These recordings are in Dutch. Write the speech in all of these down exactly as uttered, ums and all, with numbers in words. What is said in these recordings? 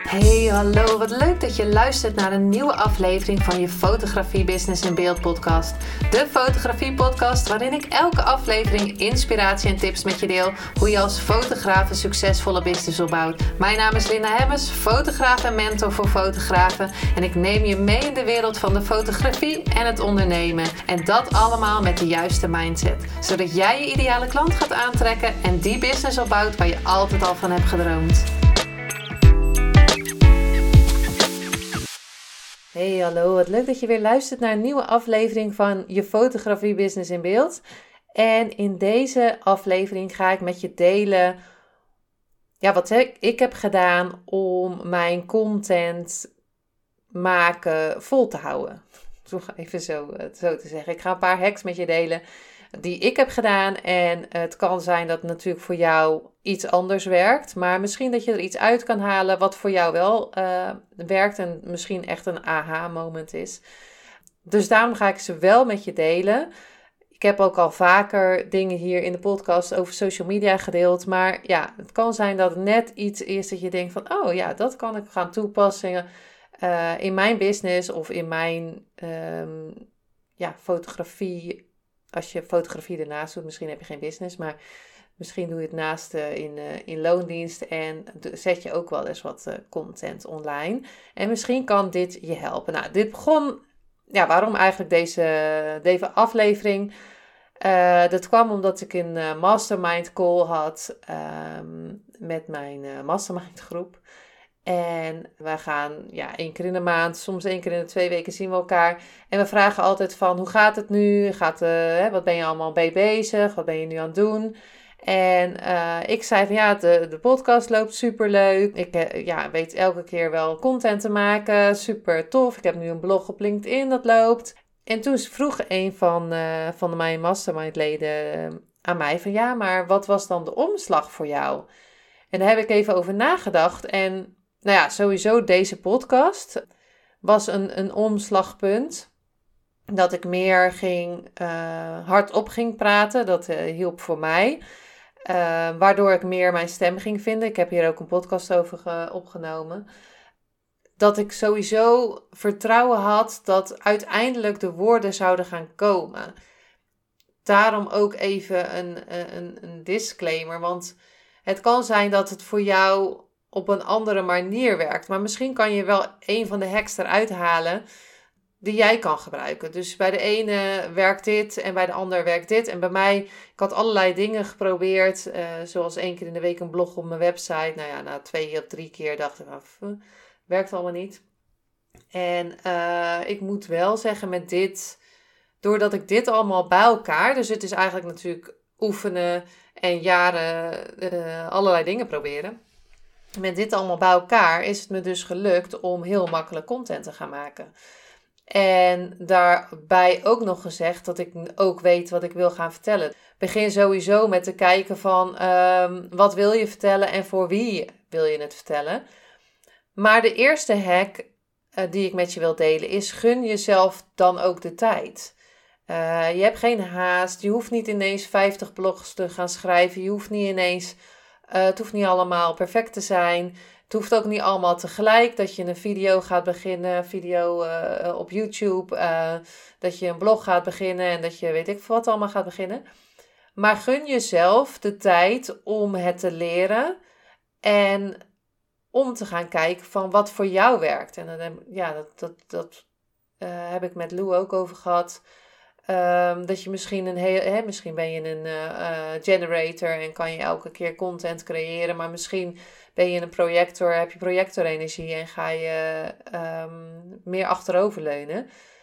Hey, hallo. Wat leuk dat je luistert naar een nieuwe aflevering van je Fotografie Business in Beeld podcast. De fotografie podcast waarin ik elke aflevering inspiratie en tips met je deel hoe je als fotograaf een succesvolle business opbouwt. Mijn naam is Linda Hemmers, fotograaf en mentor voor fotografen. En ik neem je mee in de wereld van de fotografie en het ondernemen. En dat allemaal met de juiste mindset. Zodat jij je ideale klant gaat aantrekken en die business opbouwt waar je altijd al van hebt gedroomd. Hey, hallo. Wat leuk dat je weer luistert naar een nieuwe aflevering van je Fotografie Business in Beeld. En in deze aflevering ga ik met je delen ja, wat ik heb gedaan om mijn content maken vol te houden. Even zo, zo te zeggen. Ik ga een paar hacks met je delen die ik heb gedaan. En het kan zijn dat het natuurlijk voor jou iets anders werkt. Maar misschien dat je er iets uit kan halen wat voor jou wel uh, werkt. En misschien echt een aha-moment is. Dus daarom ga ik ze wel met je delen. Ik heb ook al vaker dingen hier in de podcast over social media gedeeld. Maar ja, het kan zijn dat het net iets is dat je denkt van... Oh ja, dat kan ik gaan toepassen uh, in mijn business of in mijn um, ja, fotografie. Als je fotografie ernaast doet, misschien heb je geen business, maar misschien doe je het naast uh, in, uh, in loondienst en zet je ook wel eens wat uh, content online. En misschien kan dit je helpen. Nou, dit begon, ja, waarom eigenlijk deze, deze aflevering? Uh, dat kwam omdat ik een uh, mastermind call had um, met mijn uh, mastermind groep. En wij gaan ja, één keer in de maand, soms één keer in de twee weken zien we elkaar. En we vragen altijd van, hoe gaat het nu? Gaat, uh, hè, wat ben je allemaal mee bezig? Wat ben je nu aan het doen? En uh, ik zei van, ja, de, de podcast loopt superleuk. Ik uh, ja, weet elke keer wel content te maken. Super tof. Ik heb nu een blog op LinkedIn dat loopt. En toen vroeg een van, uh, van mijn mastermind leden uh, aan mij van, ja, maar wat was dan de omslag voor jou? En daar heb ik even over nagedacht en... Nou ja, sowieso deze podcast was een, een omslagpunt. Dat ik meer ging, uh, hardop ging praten. Dat uh, hielp voor mij. Uh, waardoor ik meer mijn stem ging vinden. Ik heb hier ook een podcast over ge- opgenomen. Dat ik sowieso vertrouwen had dat uiteindelijk de woorden zouden gaan komen. Daarom ook even een, een, een disclaimer. Want het kan zijn dat het voor jou... op een andere manier werkt. Maar misschien kan je wel een van de hacks eruit halen die jij kan gebruiken. Dus bij de ene werkt dit en bij de ander werkt dit. En bij mij, ik had allerlei dingen geprobeerd. Uh, zoals één keer in de week een blog op mijn website. Nou ja, na twee of drie keer dacht ik, uh, werkt allemaal niet. En uh, ik moet wel zeggen met dit, doordat ik dit allemaal bij elkaar, dus het is eigenlijk natuurlijk oefenen en jaren uh, allerlei dingen proberen. Met dit allemaal bij elkaar is het me dus gelukt om heel makkelijk content te gaan maken. En daarbij ook nog gezegd dat ik ook weet wat ik wil gaan vertellen. Begin sowieso met te kijken van um, wat wil je vertellen en voor wie wil je het vertellen. Maar de eerste hack uh, die ik met je wil delen is gun jezelf dan ook de tijd. Uh, je hebt geen haast, je hoeft niet ineens vijftig blogs te gaan schrijven, je hoeft niet ineens... Uh, het hoeft niet allemaal perfect te zijn. Het hoeft ook niet allemaal tegelijk. Dat je een video gaat beginnen. Video uh, op YouTube. Uh, dat je een blog gaat beginnen. En dat je weet ik wat allemaal gaat beginnen. Maar gun jezelf de tijd om het te leren. En om te gaan kijken van wat voor jou werkt. En dan, ja, dat, dat, dat uh, heb ik met Lou ook over gehad. Um, dat je misschien een heel, hè, misschien ben je een uh, uh, generator en kan je elke keer content creëren, maar misschien ben je een projector, heb je projectorenergie en ga je um, meer achteroverleunen.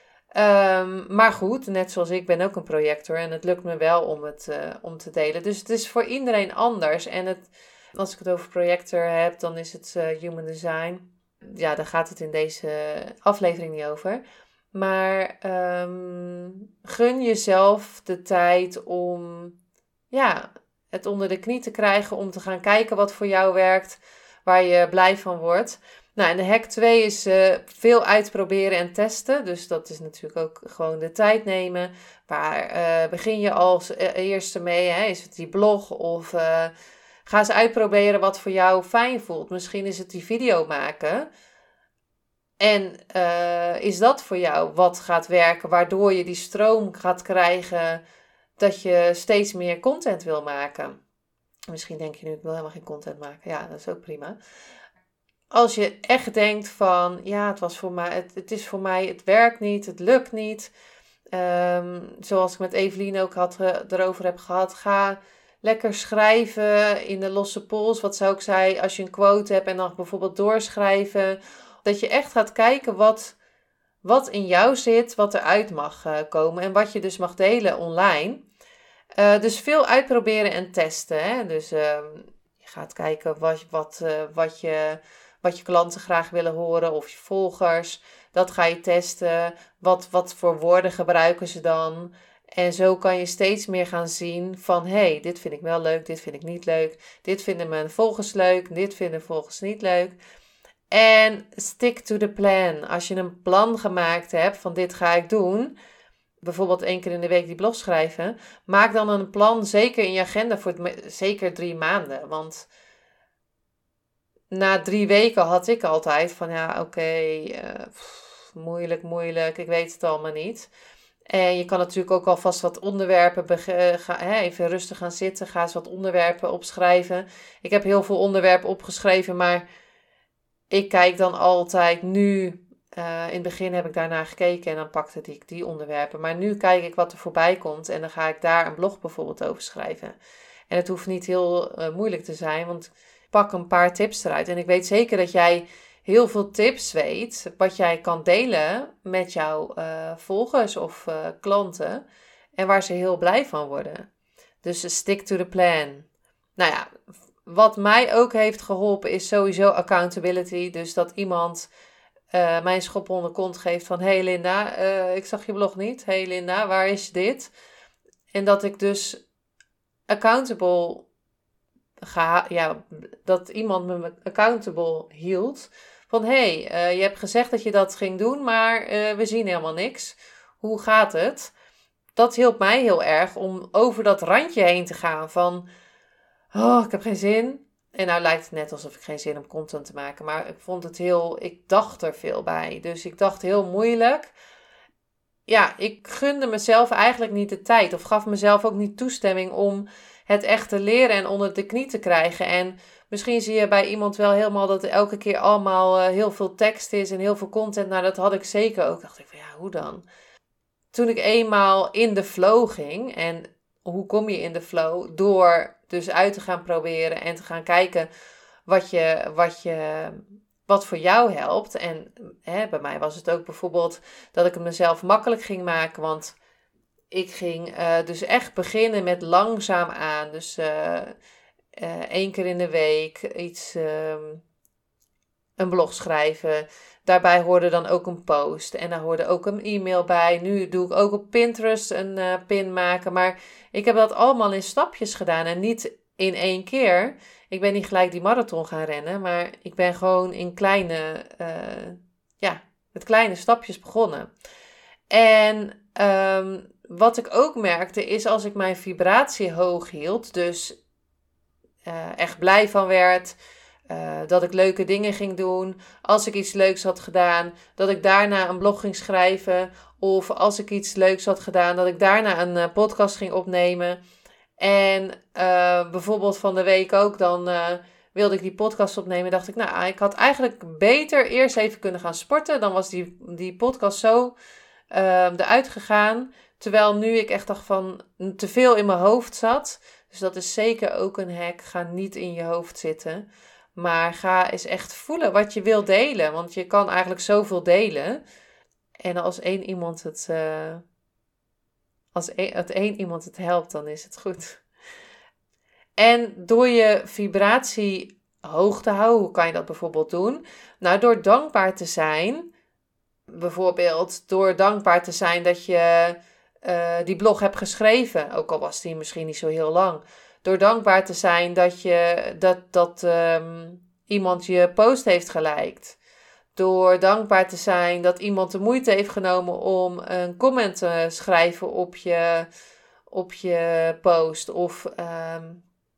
Um, maar goed, net zoals ik ben ook een projector en het lukt me wel om het uh, om te delen. Dus het is voor iedereen anders. En het, als ik het over projector heb, dan is het uh, human design. Ja, daar gaat het in deze aflevering niet over. Maar um, gun jezelf de tijd om ja, het onder de knie te krijgen. Om te gaan kijken wat voor jou werkt. Waar je blij van wordt. Nou, en de hack twee is uh, veel uitproberen en testen. Dus dat is natuurlijk ook gewoon de tijd nemen. Waar uh, begin je als eerste mee? Hè? Is het die blog of uh, Ga eens uitproberen wat voor jou fijn voelt. Misschien is het die video maken. En uh, is dat voor jou wat gaat werken, waardoor je die stroom gaat krijgen dat je steeds meer content wil maken. Misschien denk je nu, ik wil helemaal geen content maken. Ja, dat is ook prima. Als je echt denkt van, ja, het was voor mij, het, het is voor mij, het werkt niet, het lukt niet. Um, zoals ik met Evelien ook had, uh, erover heb gehad, ga lekker schrijven in de losse pols. Wat ze ook zei, als je een quote hebt en dan bijvoorbeeld doorschrijven. Dat je echt gaat kijken wat, wat in jou zit, wat eruit mag uh, komen en wat je dus mag delen online. Uh, dus veel uitproberen en testen. Hè? Dus uh, je gaat kijken wat, wat, uh, wat, je, wat je klanten graag willen horen of je volgers. Dat ga je testen. Wat, wat voor woorden gebruiken ze dan? En zo kan je steeds meer gaan zien van, hé, hey, dit vind ik wel leuk, dit vind ik niet leuk. Dit vinden mijn volgers leuk, dit vinden volgers niet leuk. En stick to the plan. Als je een plan gemaakt hebt van dit ga ik doen, bijvoorbeeld één keer in de week die blog schrijven, maak dan een plan zeker in je agenda voor het, zeker drie maanden. Want na drie weken had ik altijd van ja, oké, okay, uh, moeilijk, moeilijk, ik weet het allemaal niet. En je kan natuurlijk ook alvast wat onderwerpen, bege- ga, hè, even rustig gaan zitten, ga eens wat onderwerpen opschrijven. Ik heb heel veel onderwerpen opgeschreven, maar ik kijk dan altijd nu, uh, in het begin heb ik daarnaar gekeken en dan pakte ik die onderwerpen. Maar nu kijk ik wat er voorbij komt en dan ga ik daar een blog bijvoorbeeld over schrijven. En het hoeft niet heel uh, moeilijk te zijn, want ik pak een paar tips eruit. En ik weet zeker dat jij heel veel tips weet, wat jij kan delen met jouw uh, volgers of uh, klanten. En waar ze heel blij van worden. Dus stick to the plan. Nou ja, wat mij ook heeft geholpen is sowieso accountability. Dus dat iemand uh, mij een schop onder de kont geeft van, hey Linda, uh, ik zag je blog niet. Hey Linda, waar is dit? En dat ik dus accountable ga, ja, dat iemand me accountable hield. Van, hey, uh, je hebt gezegd dat je dat ging doen, maar uh, we zien helemaal niks. Hoe gaat het? Dat hielp mij heel erg om over dat randje heen te gaan van, oh, ik heb geen zin. En nou lijkt het net alsof ik geen zin heb om content te maken. Maar ik vond het heel, ik dacht er veel bij. Dus ik dacht heel moeilijk. Ja, ik gunde mezelf eigenlijk niet de tijd. Of gaf mezelf ook niet toestemming om het echt te leren en onder de knie te krijgen. En misschien zie je bij iemand wel helemaal dat er elke keer allemaal uh, heel veel tekst is en heel veel content. Nou, dat had ik zeker ook. Dacht ik van ja, hoe dan? Toen ik eenmaal in de flow ging. En hoe kom je in de flow? Door dus uit te gaan proberen en te gaan kijken wat je, wat je, wat voor jou helpt. En hè, bij mij was het ook bijvoorbeeld dat ik het mezelf makkelijk ging maken. Want ik ging uh, dus echt beginnen met langzaam aan. Dus uh, uh, één keer in de week iets, uh, een blog schrijven. Daarbij hoorde dan ook een post. En daar hoorde ook een e-mail bij. Nu doe ik ook op Pinterest een uh, pin maken. Maar ik heb dat allemaal in stapjes gedaan. En niet in één keer. Ik ben niet gelijk die marathon gaan rennen. Maar ik ben gewoon in kleine, uh, ja, met kleine stapjes begonnen. En um, wat ik ook merkte is als ik mijn vibratie hoog hield. Dus uh, echt blij van werd. Uh, dat ik leuke dingen ging doen. Als ik iets leuks had gedaan, dat ik daarna een blog ging schrijven. Of als ik iets leuks had gedaan, dat ik daarna een uh, podcast ging opnemen. En uh, bijvoorbeeld van de week ook, dan uh, wilde ik die podcast opnemen. Dacht ik, nou, ik had eigenlijk beter eerst even kunnen gaan sporten. Dan was die, die podcast zo uh, eruit gegaan. Terwijl nu ik echt dacht van te veel in mijn hoofd zat. Dus dat is zeker ook een hack. Ga niet in je hoofd zitten. Maar ga eens echt voelen wat je wil delen. Want je kan eigenlijk zoveel delen. En als één iemand het, uh, als één, het één iemand het helpt, dan is het goed. En door je vibratie hoog te houden, hoe kan je dat bijvoorbeeld doen? Nou, door dankbaar te zijn. Bijvoorbeeld door dankbaar te zijn dat je uh, die blog hebt geschreven. Ook al was die misschien niet zo heel lang. Door dankbaar te zijn dat, je, dat, dat um, iemand je post heeft geliked. Door dankbaar te zijn dat iemand de moeite heeft genomen om een comment te schrijven op je, op je post. Of um,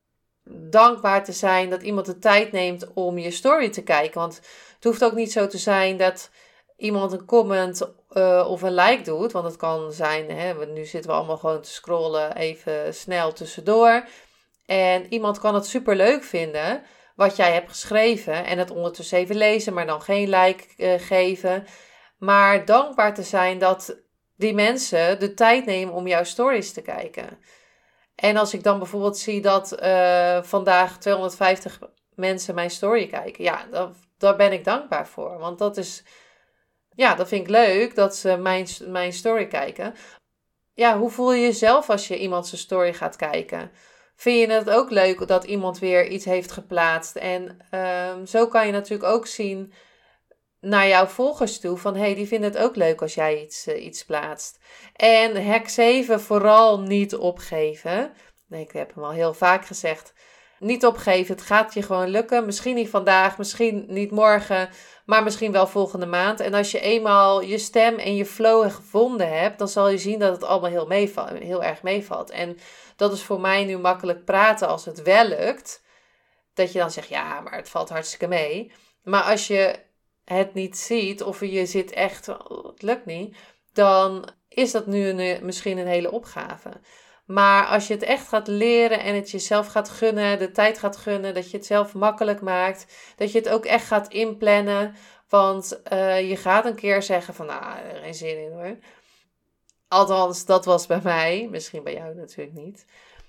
dankbaar te zijn dat iemand de tijd neemt om je story te kijken. Want het hoeft ook niet zo te zijn dat iemand een comment uh, of een like doet. Want het kan zijn, hè, nu zitten we allemaal gewoon te scrollen even snel tussendoor. En iemand kan het super leuk vinden wat jij hebt geschreven. En het ondertussen even lezen, maar dan geen like uh, geven. Maar dankbaar te zijn dat die mensen de tijd nemen om jouw stories te kijken. En als ik dan bijvoorbeeld zie dat uh, vandaag tweehonderdvijftig mensen mijn story kijken. Ja, dat, daar ben ik dankbaar voor. Want dat is, ja, dat vind ik leuk dat ze mijn, mijn story kijken. Ja, hoe voel je jezelf als je iemand zijn story gaat kijken? Vind je het ook leuk dat iemand weer iets heeft geplaatst? En um, zo kan je natuurlijk ook zien naar jouw volgers toe van, hey, die vinden het ook leuk als jij iets, uh, iets plaatst. En hack zeven, vooral niet opgeven. Nee, ik heb hem al heel vaak gezegd. Niet opgeven, het gaat je gewoon lukken. Misschien niet vandaag, misschien niet morgen, maar misschien wel volgende maand. En als je eenmaal je stem en je flow gevonden hebt, dan zal je zien dat het allemaal heel, meevalt, heel erg meevalt. En dat is voor mij nu makkelijk praten als het wel lukt. Dat je dan zegt, ja, maar het valt hartstikke mee. Maar als je het niet ziet of je zit echt, oh, het lukt niet, dan is dat nu een, misschien een hele opgave. Maar als je het echt gaat leren en het jezelf gaat gunnen, de tijd gaat gunnen, dat je het zelf makkelijk maakt, dat je het ook echt gaat inplannen, want uh, je gaat een keer zeggen van, nou, er is geen zin in hoor. Althans, dat was bij mij, misschien bij jou natuurlijk niet.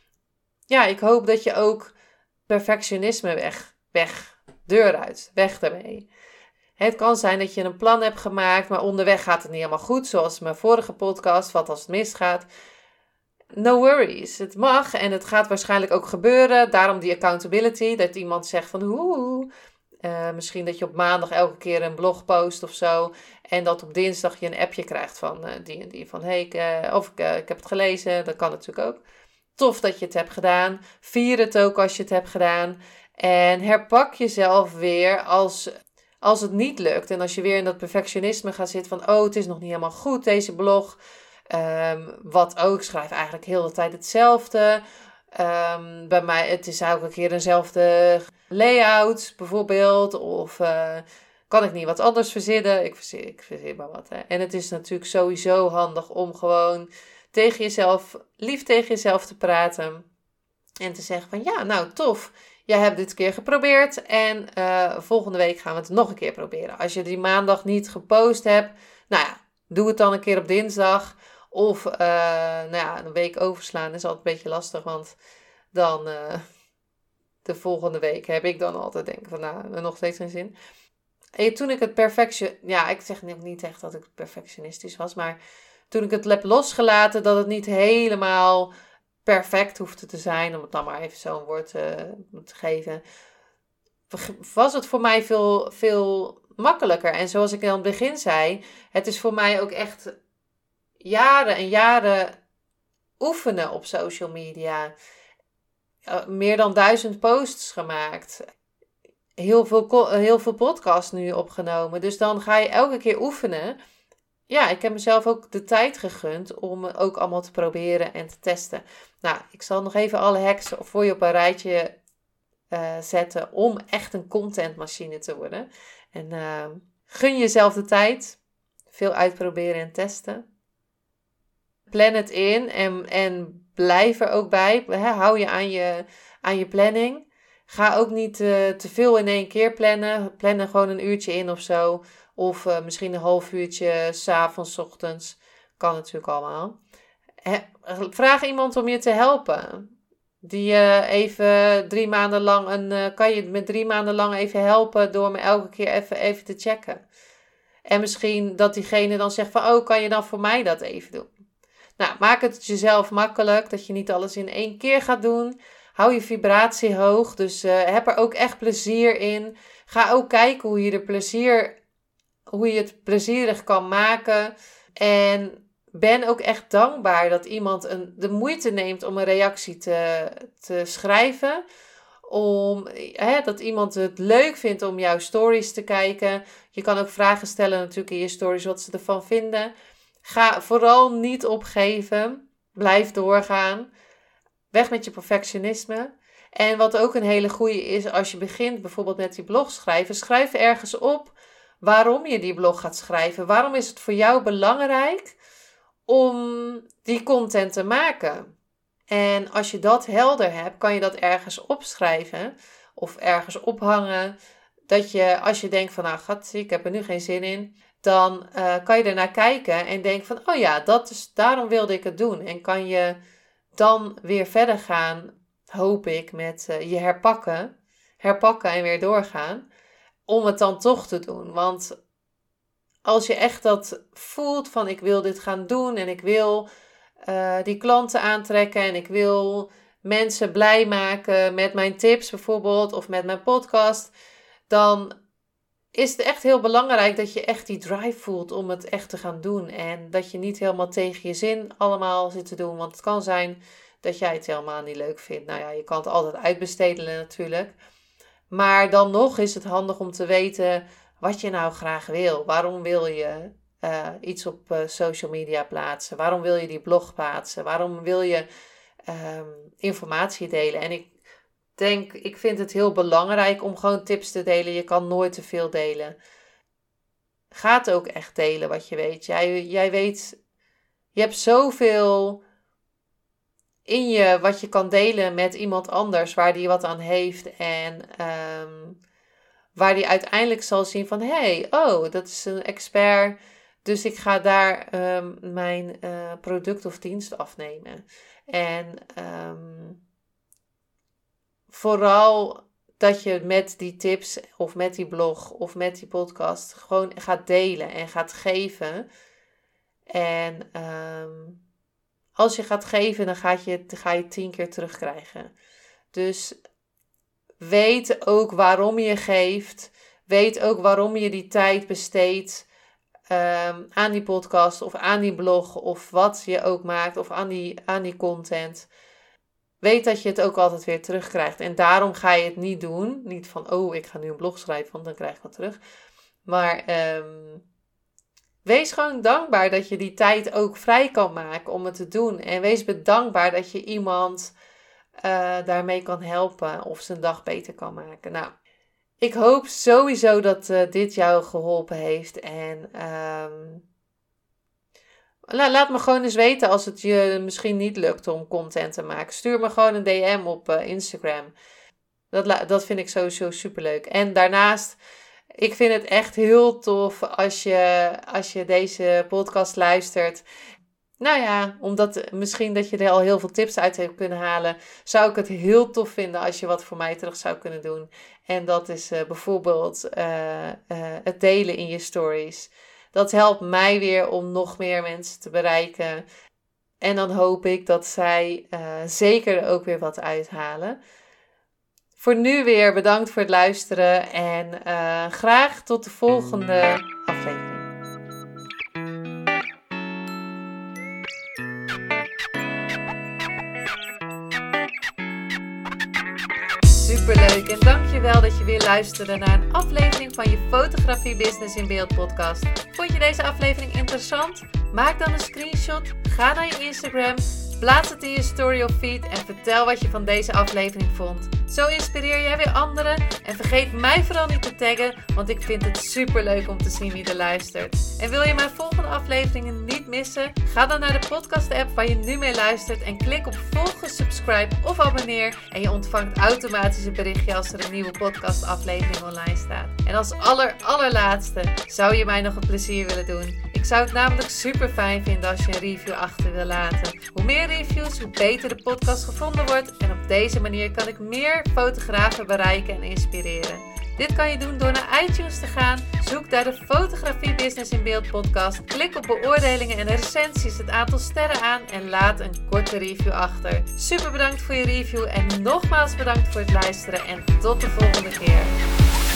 Ja, ik hoop dat je ook perfectionisme weg, weg, deur uit, weg daarmee. Het kan zijn dat je een plan hebt gemaakt, maar onderweg gaat het niet helemaal goed. Zoals mijn vorige podcast, wat als het misgaat. No worries, het mag en het gaat waarschijnlijk ook gebeuren. Daarom die accountability, dat iemand zegt van hoe. Uh, misschien dat je op maandag elke keer een blog post of zo. En dat op dinsdag je een appje krijgt van uh, die en die. Van hey, ik, uh, of ik, uh, ik heb het gelezen, dat kan natuurlijk ook. Tof dat je het hebt gedaan. Vier het ook als je het hebt gedaan. En herpak jezelf weer als... Als het niet lukt en als je weer in dat perfectionisme gaat zitten van, oh, het is nog niet helemaal goed, deze blog. Um, wat ook, ik schrijf eigenlijk heel de tijd hetzelfde. Um, bij mij, het is elke keer eenzelfde layout bijvoorbeeld. Of uh, kan ik niet wat anders verzinnen? Ik verzin, ik verzin maar wat. Hè. En het is natuurlijk sowieso handig om gewoon tegen jezelf, lief tegen jezelf te praten. En te zeggen van, ja, nou, tof. Jij hebt dit keer geprobeerd en uh, volgende week gaan we het nog een keer proberen. Als je die maandag niet gepost hebt, nou ja, doe het dan een keer op dinsdag. Of uh, nou ja, een week overslaan is altijd een beetje lastig, want dan uh, de volgende week heb ik dan altijd denken van, nou, nog steeds geen zin. En toen ik het perfection, ja, ik zeg niet echt dat ik perfectionistisch was, maar toen ik het heb losgelaten dat het niet helemaal perfect hoefde te zijn, om het dan maar even zo'n woord uh, te geven, was het voor mij veel, veel makkelijker. En zoals ik in het begin zei, het is voor mij ook echt jaren en jaren oefenen op social media. Uh, meer dan duizend posts gemaakt. Heel veel, heel veel podcasts nu opgenomen. Dus dan ga je elke keer oefenen. Ja, ik heb mezelf ook de tijd gegund om ook allemaal te proberen en te testen. Nou, ik zal nog even alle hacks voor je op een rijtje uh, zetten om echt een contentmachine te worden. En uh, gun jezelf de tijd. Veel uitproberen en testen. Plan het in en, en blijf er ook bij. He, hou je aan, je aan je planning. Ga ook niet uh, te veel in één keer plannen. Plan er gewoon een uurtje in of zo. Of uh, misschien een half uurtje 's avonds, 's ochtends. Kan natuurlijk allemaal. He, vraag iemand om je te helpen. Die uh, even drie maanden lang een, uh, kan je met drie maanden lang even helpen door me elke keer even, even te checken. En misschien dat diegene dan zegt van, oh, kan je dan voor mij dat even doen? Nou, maak het jezelf makkelijk, dat je niet alles in één keer gaat doen. Hou je vibratie hoog, dus uh, heb er ook echt plezier in. Ga ook kijken hoe je, er plezier, hoe je het plezierig kan maken. En ben ook echt dankbaar dat iemand een, de moeite neemt om een reactie te, te schrijven. Om, hè, dat iemand het leuk vindt om jouw stories te kijken. Je kan ook vragen stellen natuurlijk in je stories wat ze ervan vinden. Ga vooral niet opgeven. Blijf doorgaan. Weg met je perfectionisme. En wat ook een hele goede is als je begint bijvoorbeeld met die blog schrijven. Schrijf ergens op waarom je die blog gaat schrijven. Waarom is het voor jou belangrijk om die content te maken? En als je dat helder hebt, kan je dat ergens opschrijven of ergens ophangen. Dat je, als je denkt van, nou gat, ik heb er nu geen zin in, dan uh, kan je ernaar kijken en denken van, oh ja, dat is, daarom wilde ik het doen. En kan je dan weer verder gaan, hoop ik, met uh, je herpakken, herpakken en weer doorgaan, om het dan toch te doen. Want als je echt dat voelt van, ik wil dit gaan doen en ik wil uh, die klanten aantrekken en ik wil mensen blij maken met mijn tips bijvoorbeeld of met mijn podcast, dan is het echt heel belangrijk dat je echt die drive voelt om het echt te gaan doen. En dat je niet helemaal tegen je zin allemaal zit te doen. Want het kan zijn dat jij het helemaal niet leuk vindt. Nou ja, je kan het altijd uitbesteden natuurlijk. Maar dan nog is het handig om te weten wat je nou graag wil. Waarom wil je uh, iets op uh, social media plaatsen? Waarom wil je die blog plaatsen? Waarom wil je um, informatie delen? En ik denk, ik vind het heel belangrijk om gewoon tips te delen. Je kan nooit te veel delen. Ga het ook echt delen wat je weet. Jij, jij weet, je hebt zoveel in je wat je kan delen met iemand anders waar die wat aan heeft. En um, waar die uiteindelijk zal zien van, hé, hey, oh, dat is een expert. Dus ik ga daar um, mijn uh, product of dienst afnemen. En um, vooral dat je met die tips of met die blog of met die podcast gewoon gaat delen en gaat geven. En um, als je gaat geven, dan ga je, ga je tien keer terugkrijgen. Dus weet ook waarom je geeft. Weet ook waarom je die tijd besteedt um, aan die podcast of aan die blog of wat je ook maakt of aan die, aan die content. Weet dat je het ook altijd weer terugkrijgt. En daarom ga je het niet doen. Niet van, oh, ik ga nu een blog schrijven, want dan krijg ik wat terug. Maar um, wees gewoon dankbaar dat je die tijd ook vrij kan maken om het te doen. En wees bedankbaar dat je iemand uh, daarmee kan helpen of zijn dag beter kan maken. Nou, ik hoop sowieso dat uh, dit jou geholpen heeft. En um, laat me gewoon eens weten als het je misschien niet lukt om content te maken. Stuur me gewoon een D M op uh, Instagram. Dat, dat vind ik sowieso superleuk. En daarnaast, ik vind het echt heel tof als je, als je deze podcast luistert. Nou ja, omdat misschien dat je er al heel veel tips uit hebt kunnen halen, zou ik het heel tof vinden als je wat voor mij terug zou kunnen doen. En dat is uh, bijvoorbeeld uh, uh, het delen in je stories. Dat helpt mij weer om nog meer mensen te bereiken. En dan hoop ik dat zij uh, zeker er ook weer wat uithalen. Voor nu weer bedankt voor het luisteren. En uh, graag tot de volgende aflevering. Superleuk en dankjewel dat je weer luisterde naar een aflevering van je Fotografie Business in Beeld podcast. Vond je deze aflevering interessant? Maak dan een screenshot, ga naar je Instagram, plaats het in je story of feed en vertel wat je van deze aflevering vond. Zo inspireer jij weer anderen en vergeet mij vooral niet te taggen, want ik vind het superleuk om te zien wie er luistert. En wil je mijn volgende afleveringen niet missen? Ga dan naar de podcast app waar je nu mee luistert en klik op volgen, subscribe of abonneer en je ontvangt automatisch een berichtje als er een nieuwe podcast aflevering online staat. En als aller allerlaatste zou je mij nog een plezier willen doen. Ik zou het namelijk super fijn vinden als je een review achter wil laten. Hoe meer reviews, hoe beter de podcast gevonden wordt en op deze manier kan ik meer fotografen bereiken en inspireren. Dit kan je doen door naar iTunes te gaan, zoek daar de Fotografie Business in Beeld podcast, klik op beoordelingen en recensies, het aantal sterren aan en laat een korte review achter. Super bedankt voor je review en nogmaals bedankt voor het luisteren en tot de volgende keer.